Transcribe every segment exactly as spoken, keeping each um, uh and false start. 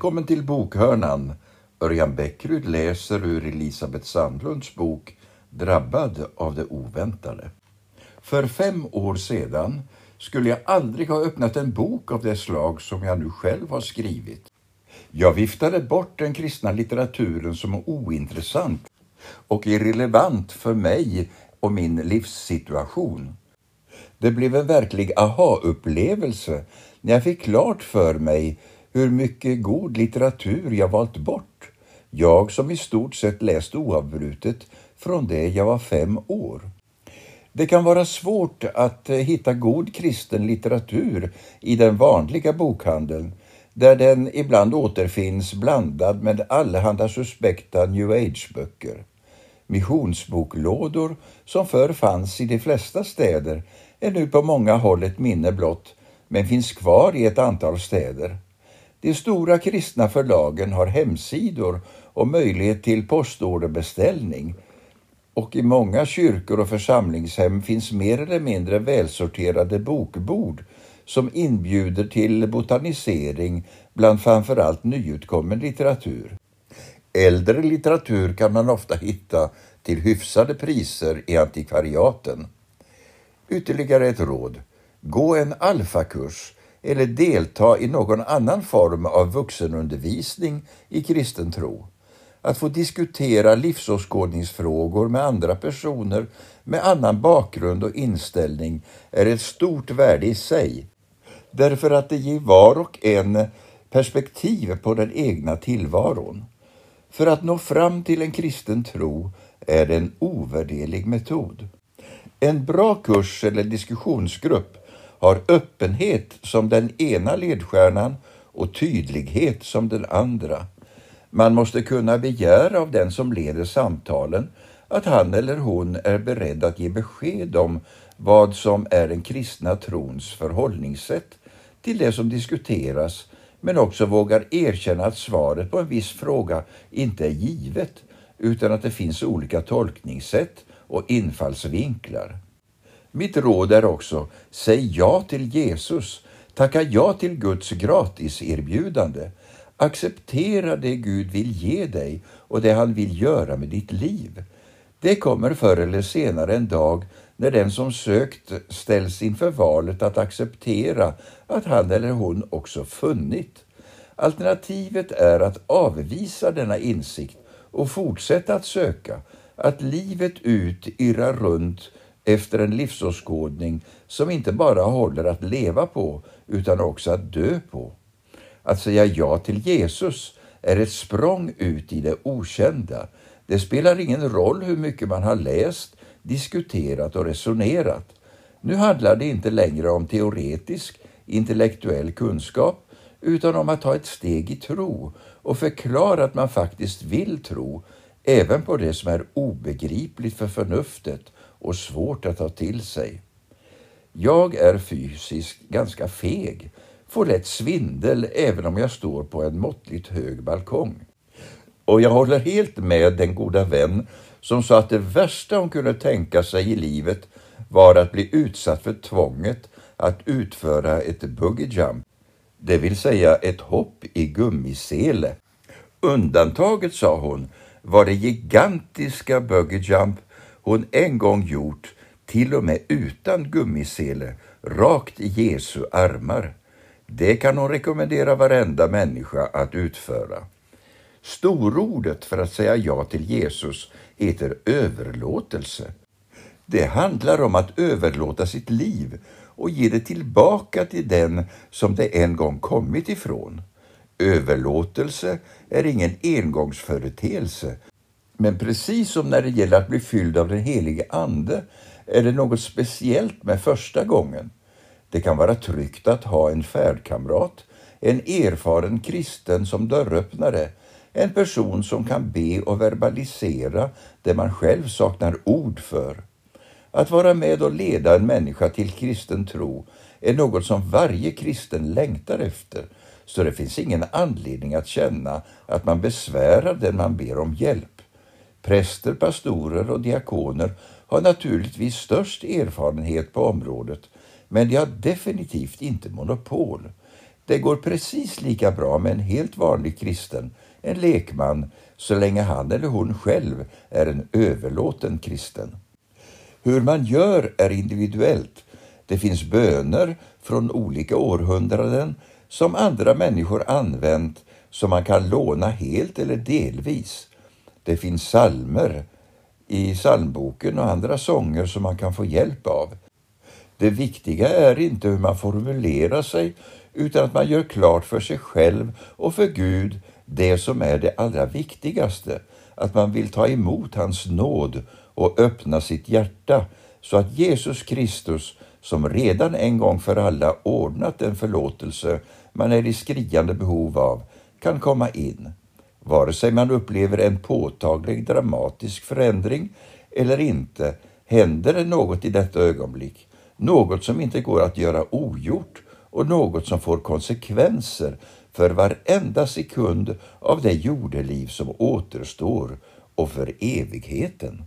Välkommen till Bokhörnan. Örjan Bäckryd läser ur Elisabeth Sandlunds bok Drabbad av det oväntade. För fem år sedan skulle jag aldrig ha öppnat en bok av det slag som jag nu själv har skrivit. Jag viftade bort den kristna litteraturen som ointressant och irrelevant för mig och min livssituation. Det blev en verklig aha-upplevelse när jag fick klart för mig hur mycket god litteratur jag valt bort. Jag som i stort sett läst oavbrutet från det jag var fem år. Det kan vara svårt att hitta god kristen litteratur i den vanliga bokhandeln, där den ibland återfinns blandad med allehanda suspekta New Age-böcker. Missionsboklådor som förr fanns i de flesta städer är nu på många håll ett minne blott, men finns kvar i ett antal städer. De stora kristna förlagen har hemsidor och möjlighet till postorderbeställning, och i många kyrkor och församlingshem finns mer eller mindre välsorterade bokbord som inbjuder till botanisering bland framförallt nyutkommen litteratur. Äldre litteratur kan man ofta hitta till hyfsade priser i antikvariaten. Ytterligare ett råd: gå en alfakurs eller delta i någon annan form av vuxenundervisning i kristen tro. Att få diskutera livsåskådningsfrågor med andra personer med annan bakgrund och inställning är ett stort värde i sig, därför att det ger var och en perspektiv på den egna tillvaron. För att nå fram till en kristen tro är det en ovärderlig metod. En bra kurs eller diskussionsgrupp har öppenhet som den ena ledstjärnan och tydlighet som den andra. Man måste kunna begära av den som leder samtalen att han eller hon är beredd att ge besked om vad som är den kristna trons förhållningssätt till det som diskuteras, men också vågar erkänna att svaret på en viss fråga inte är givet, utan att det finns olika tolkningssätt och infallsvinklar. Mitt råd är också: säg ja till Jesus, tacka ja till Guds gratiserbjudande, acceptera det Gud vill ge dig och det han vill göra med ditt liv. Det kommer förr eller senare en dag när den som sökt ställs inför valet att acceptera att han eller hon också funnit. Alternativet är att avvisa denna insikt och fortsätta att söka, att livet ut irrar runt efter en livsåskådning som inte bara håller att leva på utan också att dö på. Att säga ja till Jesus är ett språng ut i det okända. Det spelar ingen roll hur mycket man har läst, diskuterat och resonerat. Nu handlar det inte längre om teoretisk, intellektuell kunskap, utan om att ta ett steg i tro och förklara att man faktiskt vill tro, även på det som är obegripligt för förnuftet och svårt att ta till sig. Jag är fysiskt ganska feg, får lätt svindel även om jag står på en måttligt hög balkong. Och jag håller helt med den goda vän som sa att det värsta hon kunde tänka sig i livet var att bli utsatt för tvånget att utföra ett buggy jump, det vill säga ett hopp i gummisele. Undantaget, sa hon, var det gigantiska buggy jump hon en gång gjort, till och med utan gummisele, rakt i Jesu armar. Det kan hon rekommendera varenda människa att utföra. Storordet för att säga ja till Jesus heter överlåtelse. Det handlar om att överlåta sitt liv och ge det tillbaka till den som det en gång kommit ifrån. Överlåtelse är ingen engångsföreteelse, men precis som när det gäller att bli fylld av den helige ande är det något speciellt med första gången. Det kan vara tryggt att ha en färdkamrat, en erfaren kristen som dörröppnare, en person som kan be och verbalisera det man själv saknar ord för. Att vara med och leda en människa till kristen tro är något som varje kristen längtar efter, så det finns ingen anledning att känna att man besvärar den man ber om hjälp. Präster, pastorer och diakoner har naturligtvis störst erfarenhet på området, men de har definitivt inte monopol. Det går precis lika bra med en helt vanlig kristen, en lekman, så länge han eller hon själv är en överlåten kristen. Hur man gör är individuellt. Det finns böner från olika århundraden som andra människor använt som man kan låna helt eller delvis. Det finns psalmer i psalmboken och andra sånger som man kan få hjälp av. Det viktiga är inte hur man formulerar sig utan att man gör klart för sig själv och för Gud det som är det allra viktigaste, att man vill ta emot hans nåd och öppna sitt hjärta så att Jesus Kristus, som redan en gång för alla ordnat den förlåtelse man är i skriande behov av, kan komma in. Vare sig man upplever en påtaglig dramatisk förändring eller inte, händer det något i detta ögonblick, något som inte går att göra ogjort och något som får konsekvenser för varenda sekund av det jordeliv som återstår och för evigheten.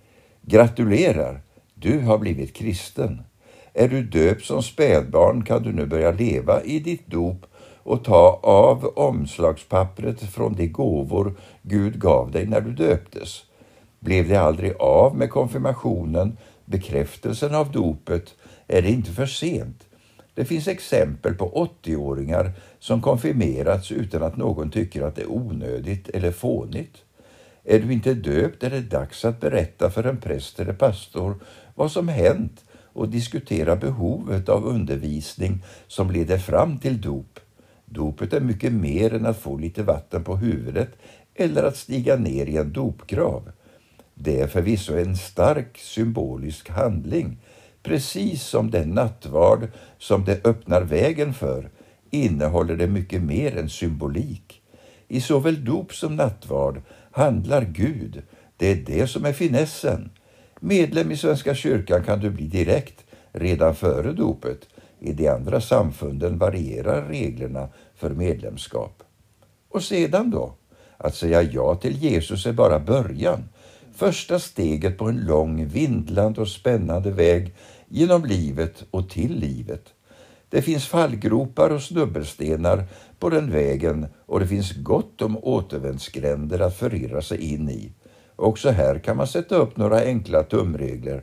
Gratulerar, du har blivit kristen. Är du döpt som spädbarn kan du nu börja leva i ditt dop och ta av omslagspappret från de gåvor Gud gav dig när du döptes. Blev det aldrig av med konfirmationen, bekräftelsen av dopet, är det inte för sent. Det finns exempel på åttio-åringar som konfirmerats utan att någon tycker att det är onödigt eller fånigt. Är du inte döpt är det dags att berätta för en präst eller pastor vad som hänt och diskutera behovet av undervisning som leder fram till dop. Dopet är mycket mer än att få lite vatten på huvudet eller att stiga ner i en dopgrav. Det är förvisso en stark symbolisk handling, precis som den nattvard som det öppnar vägen för, innehåller det mycket mer än symbolik. I såväl dop som nattvard handlar Gud, det är det som är finessen. Medlem i Svenska kyrkan kan du bli direkt, redan före dopet. I de andra samfunden varierar reglerna för medlemskap. Och sedan då? Att säga ja till Jesus är bara början. Första steget på en lång, vindlande och spännande väg genom livet och till livet. Det finns fallgropar och snubbelstenar på den vägen och det finns gott om återvändsgränder att förirra sig in i. Också här kan man sätta upp några enkla tumregler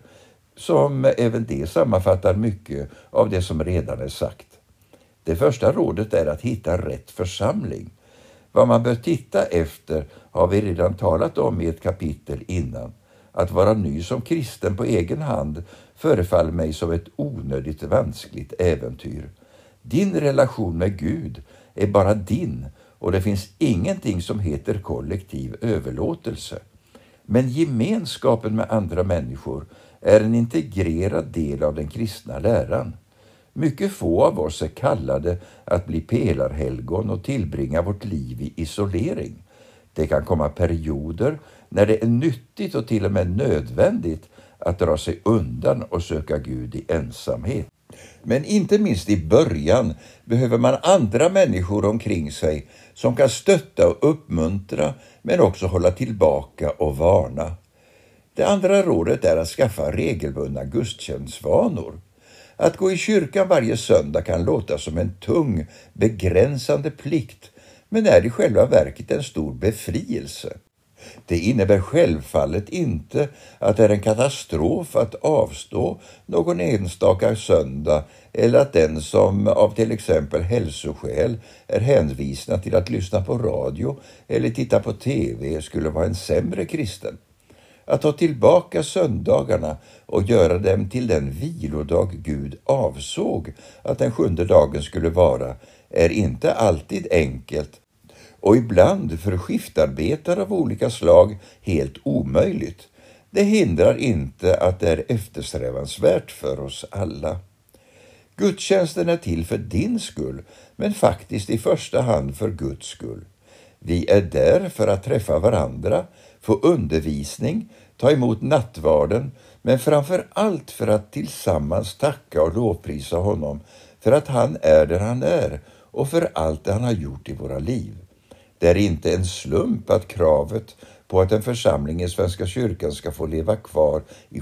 som även det sammanfattar mycket av det som redan är sagt. Det första rådet är att hitta rätt församling. Vad man bör titta efter har vi redan talat om i ett kapitel innan. Att vara ny som kristen på egen hand förefaller mig som ett onödigt vanskligt äventyr. Din relation med Gud är bara din och det finns ingenting som heter kollektiv överlåtelse. Men gemenskapen med andra människor är en integrerad del av den kristna läran. Mycket få av oss är kallade att bli pelarhelgon och tillbringa vårt liv i isolering. Det kan komma perioder när det är nyttigt och till och med nödvändigt att dra sig undan och söka Gud i ensamhet. Men inte minst i början behöver man andra människor omkring sig som kan stötta och uppmuntra men också hålla tillbaka och varna. Det andra rådet är att skaffa regelbundna gudstjänstvanor. Att gå i kyrkan varje söndag kan låta som en tung, begränsande plikt, men är i själva verket en stor befrielse. Det innebär självfallet inte att det är en katastrof att avstå någon enstaka söndag eller att den som av till exempel hälsoskäl är hänvisad till att lyssna på radio eller titta på tv skulle vara en sämre kristen. Att ta tillbaka söndagarna och göra dem till den vilodag Gud avsåg att den sjunde dagen skulle vara är inte alltid enkelt och ibland för skiftarbetare av olika slag helt omöjligt. Det hindrar inte att det är eftersträvansvärt för oss alla. Gudstjänsten är till för din skull, men faktiskt i första hand för Guds skull. Vi är där för att träffa varandra, få undervisning, ta emot nattvarden, men framför allt för att tillsammans tacka och lovprisa honom för att han är där han är och för allt det han har gjort i våra liv. Det är inte en slump att kravet på att en församling i Svenska kyrkan ska få leva kvar i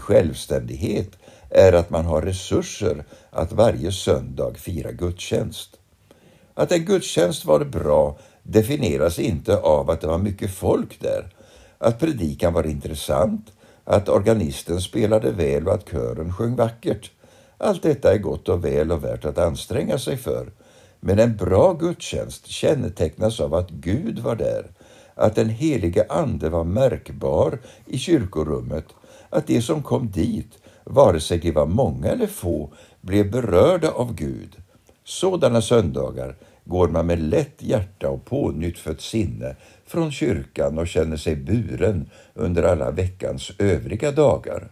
Att en gudstjänst var bra definieras inte av att det var mycket folk där. Att predikan var intressant, att organisten spelade väl och att kören sjöng vackert. Allt detta är gott och väl och värt att anstränga sig för. Men en bra gudstjänst kännetecknas av att Gud var där, att den helige ande var märkbar i kyrkorummet, att de som kom dit, vare sig de var många eller få, blev berörda av Gud. Sådana söndagar går man med lätt hjärta och pånyttfött sinne från kyrkan och känner sig buren under alla veckans övriga dagar.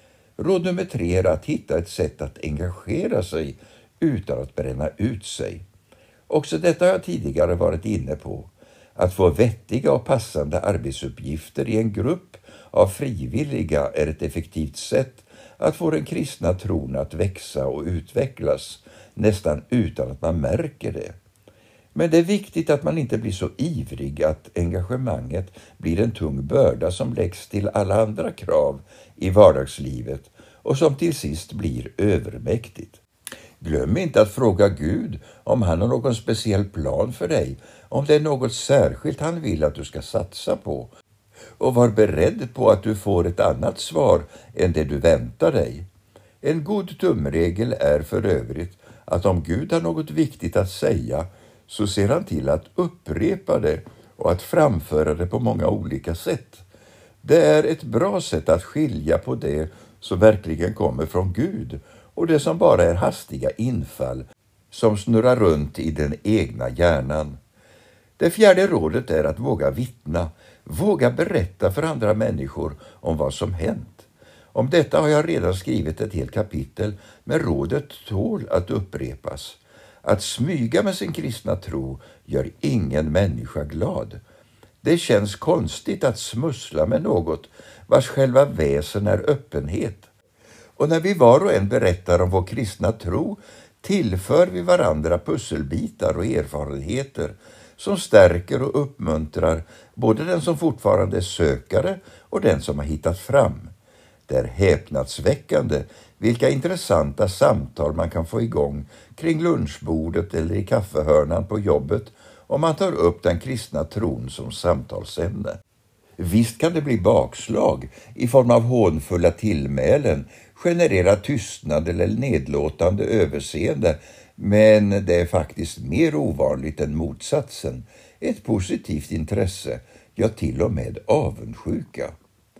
Råd nummer tre är att hitta ett sätt att engagera sig utan att bränna ut sig. Också detta har jag tidigare varit inne på. Att få vettiga och passande arbetsuppgifter i en grupp av frivilliga är ett effektivt sätt att få den kristna tron att växa och utvecklas, nästan utan att man märker det. Men det är viktigt att man inte blir så ivrig att engagemanget blir en tung börda som läggs till alla andra krav i vardagslivet och som till sist blir övermäktigt. Glöm inte att fråga Gud om han har någon speciell plan för dig, om det är något särskilt han vill att du ska satsa på. Och var beredd på att du får ett annat svar än det du väntar dig. En god tumregel är för övrigt att om Gud har något viktigt att säga så ser han till att upprepa det och att framföra det på många olika sätt. Det är ett bra sätt att skilja på det som verkligen kommer från Gud och det som bara är hastiga infall som snurrar runt i den egna hjärnan. Det fjärde rådet är att våga vittna, våga berätta för andra människor om vad som hänt. Om detta har jag redan skrivit ett helt kapitel, men rådet tål att upprepas. Att smyga med sin kristna tro gör ingen människa glad. Det känns konstigt att smussla med något vars själva väsen är öppenhet. Och när vi var och en berättar om vår kristna tro tillför vi varandra pusselbitar och erfarenheter som stärker och uppmuntrar både den som fortfarande är sökare och den som har hittat fram. Det är häpnadsväckande vilka intressanta samtal man kan få igång kring lunchbordet eller i kaffehörnan på jobbet om man tar upp den kristna tron som samtalsämne. Visst kan det bli bakslag i form av hånfulla tillmälen, genererad tystnad eller nedlåtande överseende, men det är faktiskt mer ovanligt än motsatsen. Ett positivt intresse, ja till och med avundsjuka.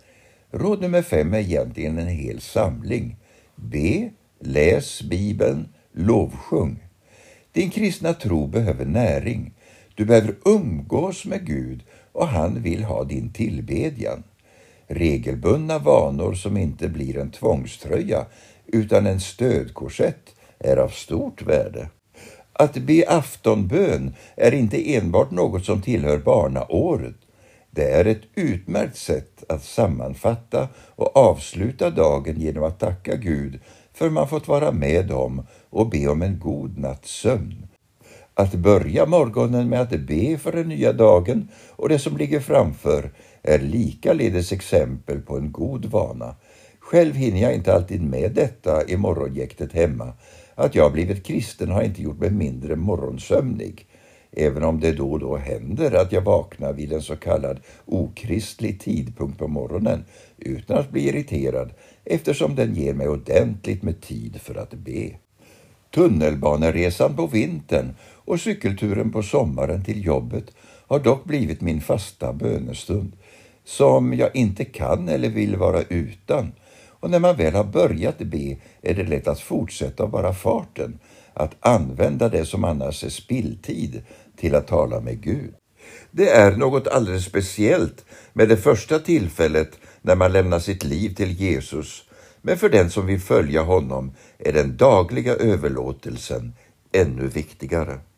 Råd nummer fem är egentligen en hel samling. Be, läs Bibeln, lovsjung. Din kristna tro behöver näring. Du behöver umgås med Gud och han vill ha din tillbedjan. Regelbundna vanor som inte blir en tvångströja utan en stödkorsett är av stort värde. Att be aftonbön är inte enbart något som tillhör barnaåret. Det är ett utmärkt sätt att sammanfatta och avsluta dagen genom att tacka Gud för man fått vara med om och be om en god natts sömn. Att börja morgonen med att be för den nya dagen och det som ligger framför är likaledes exempel på en god vana. Själv hinner jag inte alltid med detta i morgonjäktet hemma. Att jag blivit kristen har inte gjort mig mindre morgonsömnig. Även om det då och då händer att jag vaknar vid en så kallad okristlig tidpunkt på morgonen utan att bli irriterad eftersom den ger mig ordentligt med tid för att be. Tunnelbaneresan på vintern och cykelturen på sommaren till jobbet har dock blivit min fasta bönestund som jag inte kan eller vill vara utan. Och när man väl har börjat be är det lätt att fortsätta bara farten, att använda det som annars är spilltid till att tala med Gud. Det är något alldeles speciellt med det första tillfället när man lämnar sitt liv till Jesus, men för den som vill följa honom är den dagliga överlåtelsen ännu viktigare.